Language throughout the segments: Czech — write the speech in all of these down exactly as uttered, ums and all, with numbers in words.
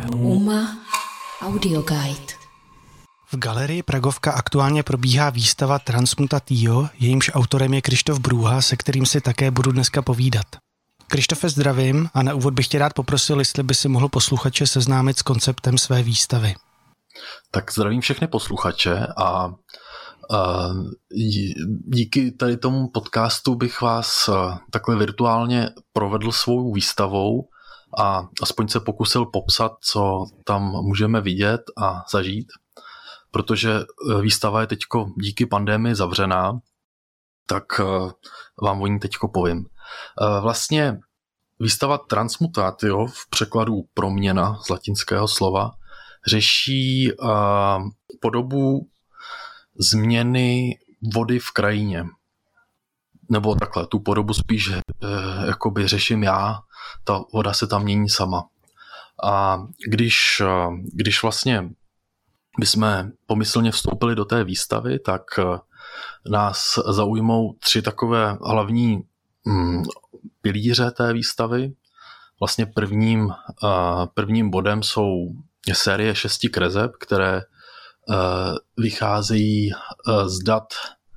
UMA Audio Guide. V galerii Pragovka aktuálně probíhá výstava Transmutatio, jejímž autorem je Krištof Brůha, se kterým si také budu dneska povídat. Krištofe, zdravím a na úvod bych tě rád poprosil, jestli by si mohl posluchače seznámit s konceptem své výstavy. Tak zdravím všechny posluchače a, a díky tady tomu podcastu bych vás takhle virtuálně provedl svou výstavou a aspoň se pokusil popsat, co tam můžeme vidět a zažít, protože výstava je teďko díky pandemii zavřená, tak vám o ní teďko povím. Vlastně výstava Transmutatio, v překladu proměna z latinského slova, řeší podobu změny vody v krajině. Nebo takhle, tu podobu spíš eh, jakoby řeším já, ta voda se tam mění sama. A když, když vlastně bychom pomyslně vstoupili do té výstavy, tak nás zaujmou tři takové hlavní hm, pilíře té výstavy. Vlastně prvním, prvním bodem jsou série šesti kreseb, které vycházejí z dat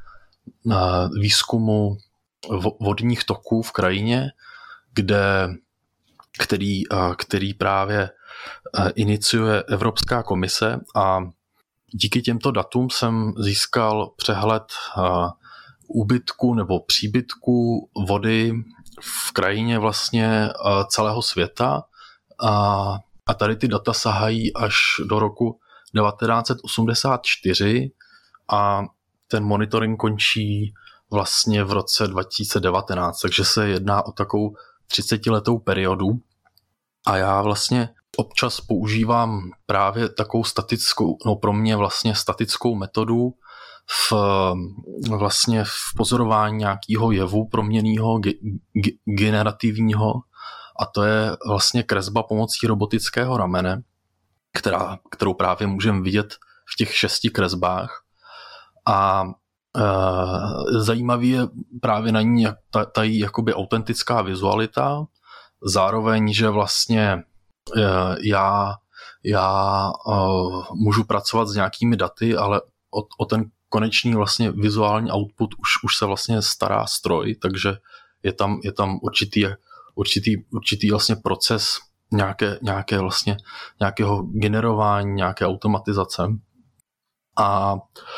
výzkumu vodních toků v krajině, kde, který, který právě iniciuje Evropská komise, a díky těmto datům jsem získal přehled úbytku nebo příbytku vody v krajině vlastně celého světa, a, a tady ty data sahají až do roku devatenáct set osmdesát čtyři a ten monitoring končí vlastně v roce dva tisíce devatenáct, takže se jedná o takovou třicetiletou periodu. A já vlastně občas používám právě takovou statickou, no pro mě vlastně statickou metodu v, vlastně v pozorování nějakého jevu proměnného ge, ge, generativního, a to je vlastně kresba pomocí robotického ramene, která, kterou právě můžeme vidět v těch šesti kresbách. A e, zajímavý je právě na ní ta, ta jakoby autentická vizualita, zároveň, že vlastně e, já, já e, můžu pracovat s nějakými daty, ale o, o ten konečný vlastně vizuální output už, už se vlastně stará stroj, takže je tam, je tam určitý, určitý, určitý vlastně proces nějaké, nějaké vlastně, nějakého generování, nějaké automatizace. A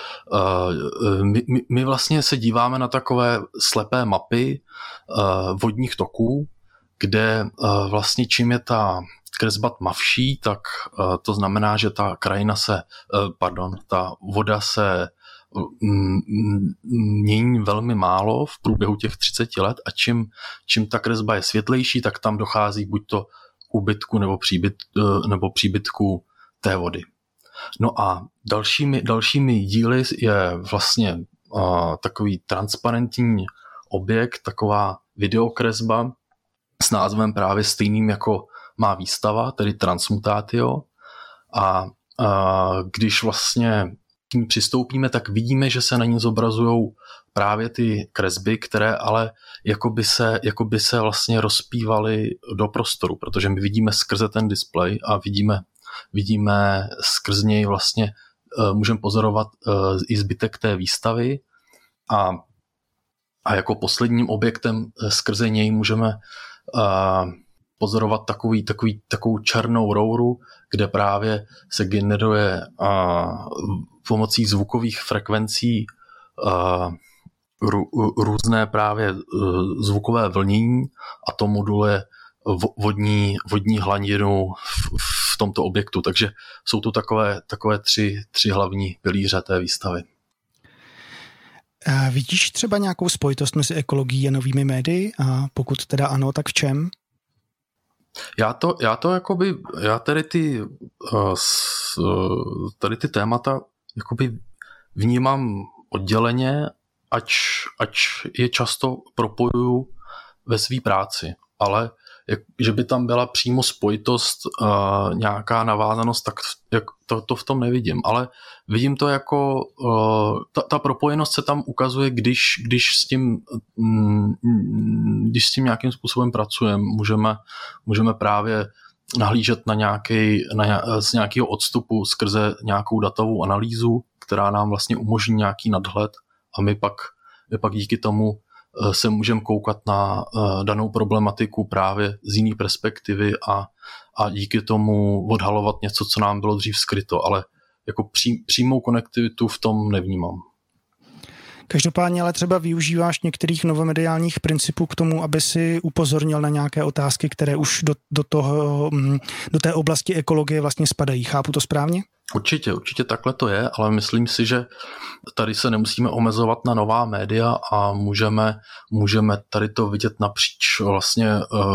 uh, my, my vlastně se díváme na takové slepé mapy uh, vodních toků, kde uh, vlastně čím je ta kresba tmavší, tak uh, to znamená, že ta krajina se, uh, pardon, ta voda se um, mění velmi málo v průběhu těch třiceti let, a čím, čím ta kresba je světlejší, tak tam dochází buď to k úbytku nebo, příbyt, uh, nebo příbytku té vody. No a dalšími, dalšími díly je vlastně uh, takový transparentní objekt, taková videokresba s názvem právě stejným jako má výstava, tedy Transmutatio. A uh, když vlastně k ní přistoupíme, tak vidíme, že se na ní zobrazují právě ty kresby, které ale jakoby se, jakoby se vlastně rozpívaly do prostoru, protože my vidíme skrze ten displej a vidíme vidíme skrz něj vlastně, uh, můžeme pozorovat uh, i zbytek té výstavy, a, a jako posledním objektem uh, skrze něj můžeme uh, pozorovat takový, takový, takovou černou rouru, kde právě se generuje uh, pomocí zvukových frekvencí uh, rů, různé právě uh, zvukové vlnění, a to moduluje vodní, vodní hladinu v, v tomto objektu. Takže jsou to takové, takové tři, tři hlavní pilíře té výstavy. A vidíš třeba nějakou spojitost mezi ekologií a novými médii? A pokud teda ano, tak v čem? Já to, já to jakoby, já tady ty, tady ty témata jakoby vnímám odděleně, ač, ač je často propojuju ve své práci, ale jak, že by tam byla přímo spojitost, uh, nějaká navázanost, tak jak to, to v tom nevidím. Ale vidím to jako, uh, ta, ta propojenost se tam ukazuje, když, když, s tím, mm, když s tím nějakým způsobem pracujeme. Můžeme, můžeme právě nahlížet na nějaký, na, z nějakého odstupu skrze nějakou datovou analýzu, která nám vlastně umožní nějaký nadhled a my pak, my pak díky tomu se můžeme koukat na danou problematiku právě z jiné perspektivy a, a díky tomu odhalovat něco, co nám bylo dřív skryto, ale jako pří, přímou konektivitu v tom nevnímám. Každopádně ale třeba využíváš některých novomediálních principů k tomu, aby si upozornil na nějaké otázky, které už do, do, toho, do té oblasti ekologie vlastně spadají. Chápu to správně? Určitě, určitě takhle to je, ale myslím si, že tady se nemusíme omezovat na nová média a můžeme, můžeme tady to vidět napříč vlastně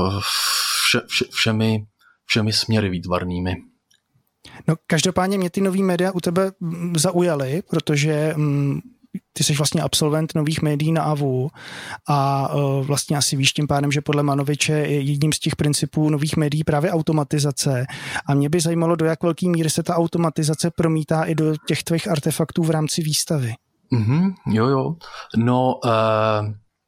vše, vše, všemi, všemi směry výtvarnými. No, každopádně mě ty nový média u tebe zaujaly, protože mm, ty jsi vlastně absolvent nových médií na A V U a uh, vlastně asi víš tím pádem, že podle Manoviče je jedním z těch principů nových médií právě automatizace. A mě by zajímalo, do jak velký míry se ta automatizace promítá i do těch tvých artefaktů v rámci výstavy. Mm-hmm, jo, jo. No, uh,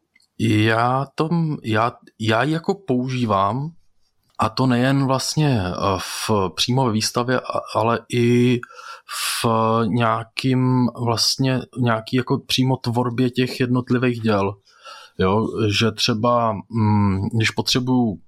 já, tom, já, já ji jako používám, a to nejen vlastně v, přímo ve výstavě, ale i v nějakým vlastně nějaký jako přímo tvorbě těch jednotlivých děl. Jo, že třeba když potřebuju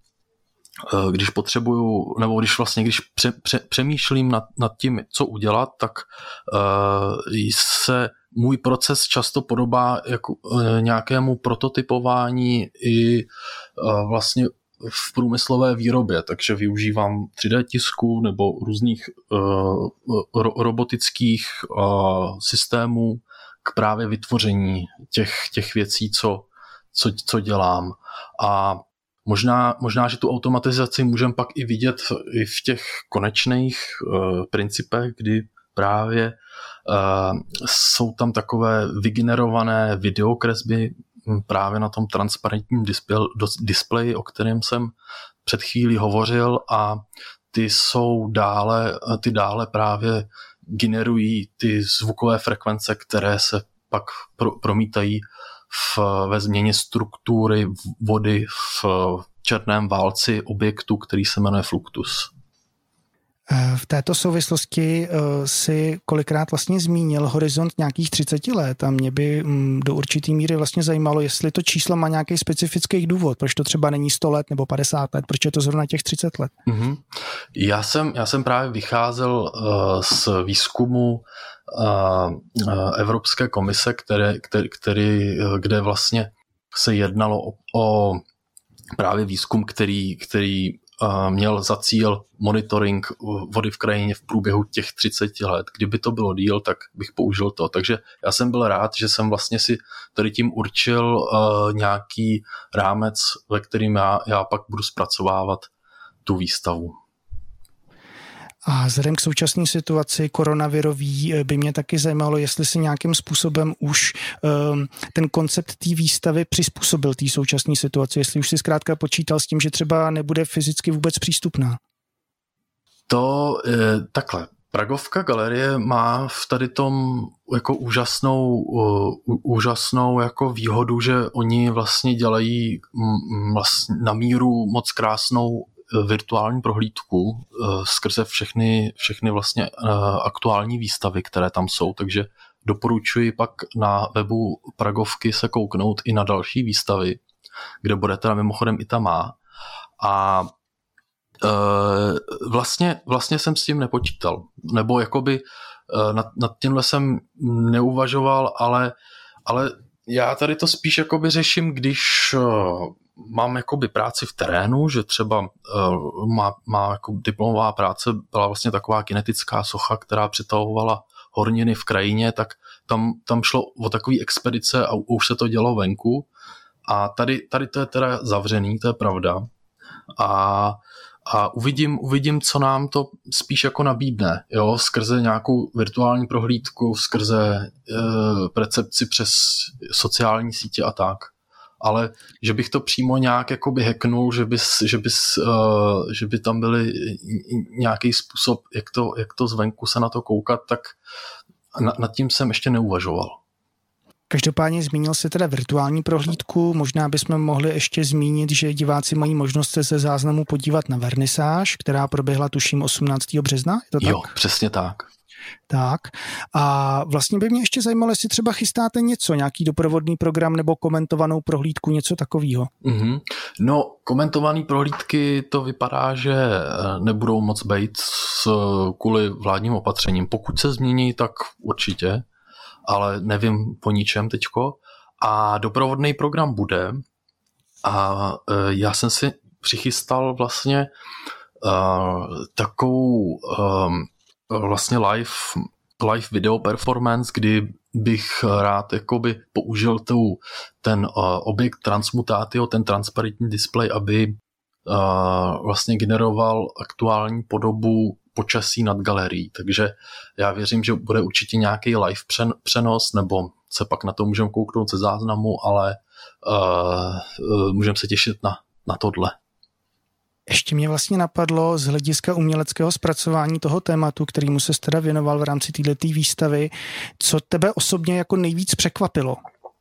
když potřebuju, nebo když vlastně když pře, pře, přemýšlím nad, nad tím, co udělat, tak uh, se můj proces často podobá jako, uh, nějakému prototypování i uh, vlastně v průmyslové výrobě, takže využívám tři dé tisku nebo různých uh, ro, robotických uh, systémů k právě vytvoření těch, těch věcí, co, co, co dělám. A možná, možná, že tu automatizaci můžeme pak i vidět i v těch konečných uh, principech, kdy právě uh, jsou tam takové vygenerované videokresby právě na tom transparentním displeji, o kterém jsem před chvílí hovořil, a ty jsou dále, ty dále právě generují ty zvukové frekvence, které se pak pro, promítají v, ve změně struktury vody v černém válci objektu, který se jmenuje Fluctus. V této souvislosti si kolikrát vlastně zmínil horizont nějakých třicet let a mě by do určitý míry vlastně zajímalo, jestli to číslo má nějaký specifický důvod, proč to třeba není sto let nebo padesát let, proč je to zrovna těch třicet let. Mm-hmm. Já jsem, já jsem právě vycházel uh, z výzkumu uh, uh, Evropské komise, které, který, který, kde vlastně se jednalo o, o právě výzkum, který, který měl za cíl monitoring vody v krajině v průběhu těch třicet let. Kdyby to bylo díl, tak bych použil to. Takže já jsem byl rád, že jsem vlastně si tady tím určil uh, nějaký rámec, ve kterým já, já pak budu zpracovávat tu výstavu. A vzhledem k současné situaci koronavirový by mě taky zajímalo, jestli si nějakým způsobem už um, ten koncept té výstavy přizpůsobil té současné situaci, jestli už si zkrátka počítal s tím, že třeba nebude fyzicky vůbec přístupná. To e, takhle. Pragovka galerie má v tady tom jako úžasnou, uh, úžasnou jako výhodu, že oni vlastně dělají m, vlastně na míru moc krásnou virtuální prohlídku skrze všechny, všechny vlastně aktuální výstavy, které tam jsou, takže doporučuji pak na webu Pragovky se kouknout i na další výstavy, kde bude teda mimochodem i ta má. A vlastně, vlastně jsem s tím nepočítal, nebo jakoby nad, nad tímhle jsem neuvažoval, ale, ale já tady to spíš jakoby řeším, když mám jakoby práci v terénu, že třeba uh, má, má jako diplomová práce byla vlastně taková kinetická socha, která přetahovala horniny v krajině, tak tam, tam šlo o takový expedice a už se to dělo venku. A tady, tady to je teda zavřený, to je pravda. A, a uvidím, uvidím, co nám to spíš jako nabídne, jo, skrze nějakou virtuální prohlídku, skrze uh, recepci přes sociální sítě a tak. Ale že bych to přímo nějak jakoby hacknul, že, bys, že, bys, uh, že by tam byly nějaký způsob, jak to, jak to zvenku se na to koukat, tak na, nad tím jsem ještě neuvažoval. Každopádně zmínil se teda virtuální prohlídku, možná bychom mohli ještě zmínit, že diváci mají možnost se ze záznamu podívat na vernisáž, která proběhla tuším osmnáctého března, je to tak? Jo, přesně tak. Tak a vlastně by mě ještě zajímalo, jestli třeba chystáte něco, nějaký doprovodný program nebo komentovanou prohlídku, něco takového. Mm-hmm. No, komentované prohlídky to vypadá, že nebudou moc být s, kvůli vládním opatřením. Pokud se změní, tak určitě, ale nevím po ničem teďko. A doprovodný program bude a já jsem si přichystal vlastně uh, takovou um, vlastně live, live video performance, kdy bych rád jakoby použil tu, ten uh, objekt Transmutatio, ten transparentní display, aby uh, vlastně generoval aktuální podobu počasí nad galerií. Takže já věřím, že bude určitě nějaký live přen, přenos, nebo se pak na to můžeme kouknout ze záznamu, ale uh, uh, můžeme se těšit na, na tohle. Ještě mě vlastně napadlo z hlediska uměleckého zpracování toho tématu, kterýmu se teda věnoval v rámci této výstavy, co tebe osobně jako nejvíc překvapilo?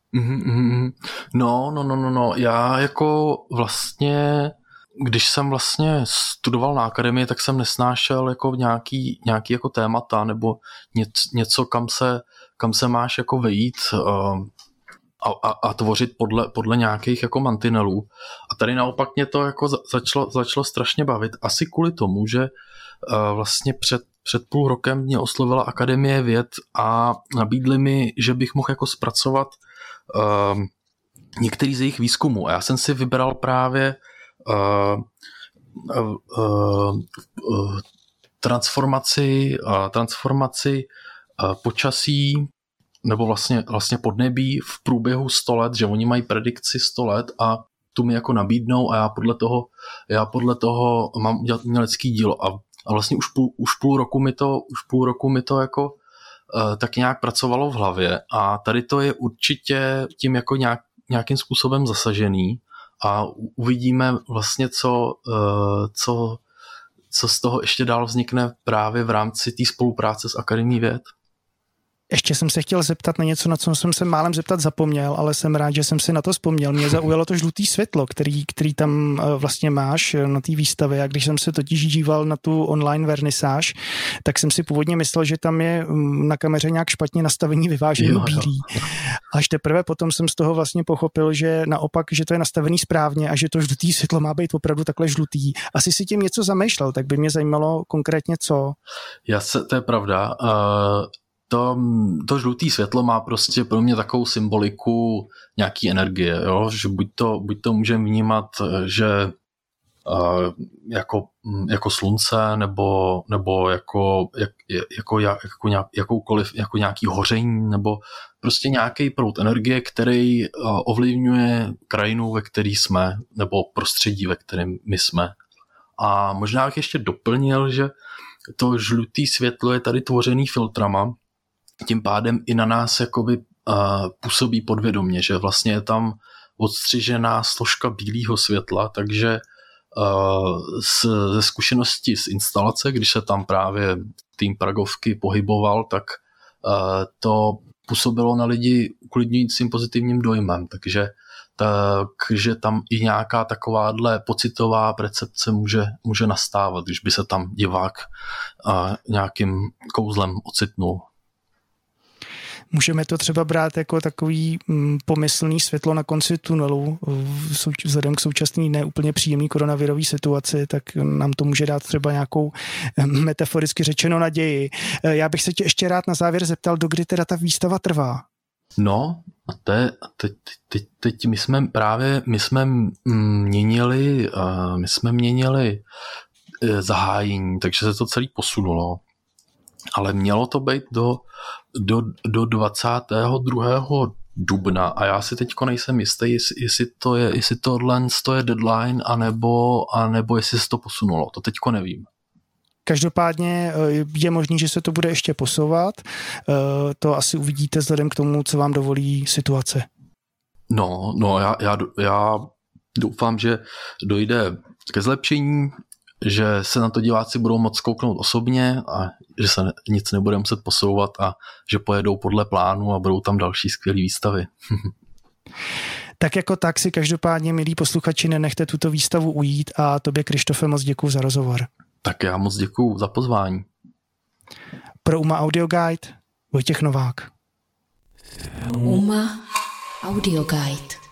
Mm-hmm. No, no, no, no, no. Já jako vlastně, když jsem vlastně studoval na akademii, tak jsem nesnášel jako nějaký, nějaký jako témata nebo něco, něco kam, se, kam se máš jako vejít uh, A, a, a tvořit podle, podle nějakých jako mantinelů. A tady naopak mě to jako začalo, začalo strašně bavit. Asi kvůli tomu, že uh, vlastně před, před půl rokem mě oslovila Akademie věd a nabídli mi, že bych mohl jako zpracovat uh, některý z jejich výzkumů. A já jsem si vybral právě uh, uh, uh, uh, transformaci, uh, transformaci uh, počasí nebo vlastně, vlastně podnebí v průběhu sto let, že oni mají predikci sto let a tu mi jako nabídnou a já podle toho, já podle toho mám udělat umělecký dílo a, a vlastně už půl, už půl roku mi to, už půl roku mi to jako uh, tak nějak pracovalo v hlavě a tady to je určitě tím jako nějak, nějakým způsobem zasažený a uvidíme vlastně, co, uh, co, co z toho ještě dál vznikne právě v rámci té spolupráce s Akademií věd. Ještě jsem se chtěl zeptat na něco, na co jsem se málem zeptat zapomněl, ale jsem rád, že jsem si na to vzpomněl. Mě zaujalo to žlutý světlo, který, který tam vlastně máš na té výstavě. A když jsem se totiž díval na tu online vernisáž, tak jsem si původně myslel, že tam je na kameře nějak špatně nastavení vyvážení bílý. Až teprve potom jsem z toho vlastně pochopil, že naopak, že to je nastavený správně a že to žlutý světlo má být opravdu takhle žlutý. Asi si tím něco zamýšlel, tak by mě zajímalo konkrétně co. Já se, to je pravda. Uh... To, to žlutý světlo má prostě pro mě takovou symboliku nějaký energie, jo? Že buď to, buď to můžeme vnímat, že uh, jako, jako slunce nebo, nebo jako, jak, jako, jako, nějak, jakoukoliv, jako nějaký hoření nebo prostě nějaký proud energie, který uh, ovlivňuje krajinu, ve které jsme, nebo prostředí, ve kterém my jsme. A možná bych ještě doplnil, že to žlutý světlo je tady tvořený filtrama, tím pádem i na nás jakoby uh, působí podvědomě, že vlastně je tam odstřižená složka bílého světla, takže uh, z, ze zkušenosti z instalace, když se tam právě tým Pragovky pohyboval, tak uh, to působilo na lidi uklidňujícím pozitivním dojmem, takže takže tam i nějaká takováhle pocitová percepce může, může nastávat, když by se tam divák uh, nějakým kouzlem ocitnul. Můžeme to třeba brát jako takový mm, pomyslný světlo na konci tunelu. Vzhledem k současné neúplně příjemné koronavirové situaci, tak nám to může dát třeba nějakou metaforicky řečeno naději. Já bych se tě ještě rád na závěr zeptal, dokdy teda ta výstava trvá? No, a te, teď, teď, teď my jsme právě, my jsme měnili, my jsme měnili zahájení, takže se to celý posunulo. Ale mělo to být do, do, do dvacátého druhého dubna a já si teďko nejsem jistý, jestli, jestli to je, jestli tohle je deadline, anebo, anebo jestli se to posunulo. To teďko nevím. Každopádně je možný, že se to bude ještě posouvat. To asi uvidíte vzhledem k tomu, co vám dovolí situace. No, no já, já, já doufám, že dojde ke zlepšení. že se na to diváci budou moct kouknout osobně a že se nic nebude muset posouvat a že pojedou podle plánu a budou tam další skvělé výstavy. Tak jako tak si každopádně, milí posluchači, nenechte tuto výstavu ujít a tobě, Krištofe, moc děkuju za rozhovor. Tak já moc děkuju za pozvání. Pro UMA Audio Guide Vojtěch Novák. UMA Audio Guide.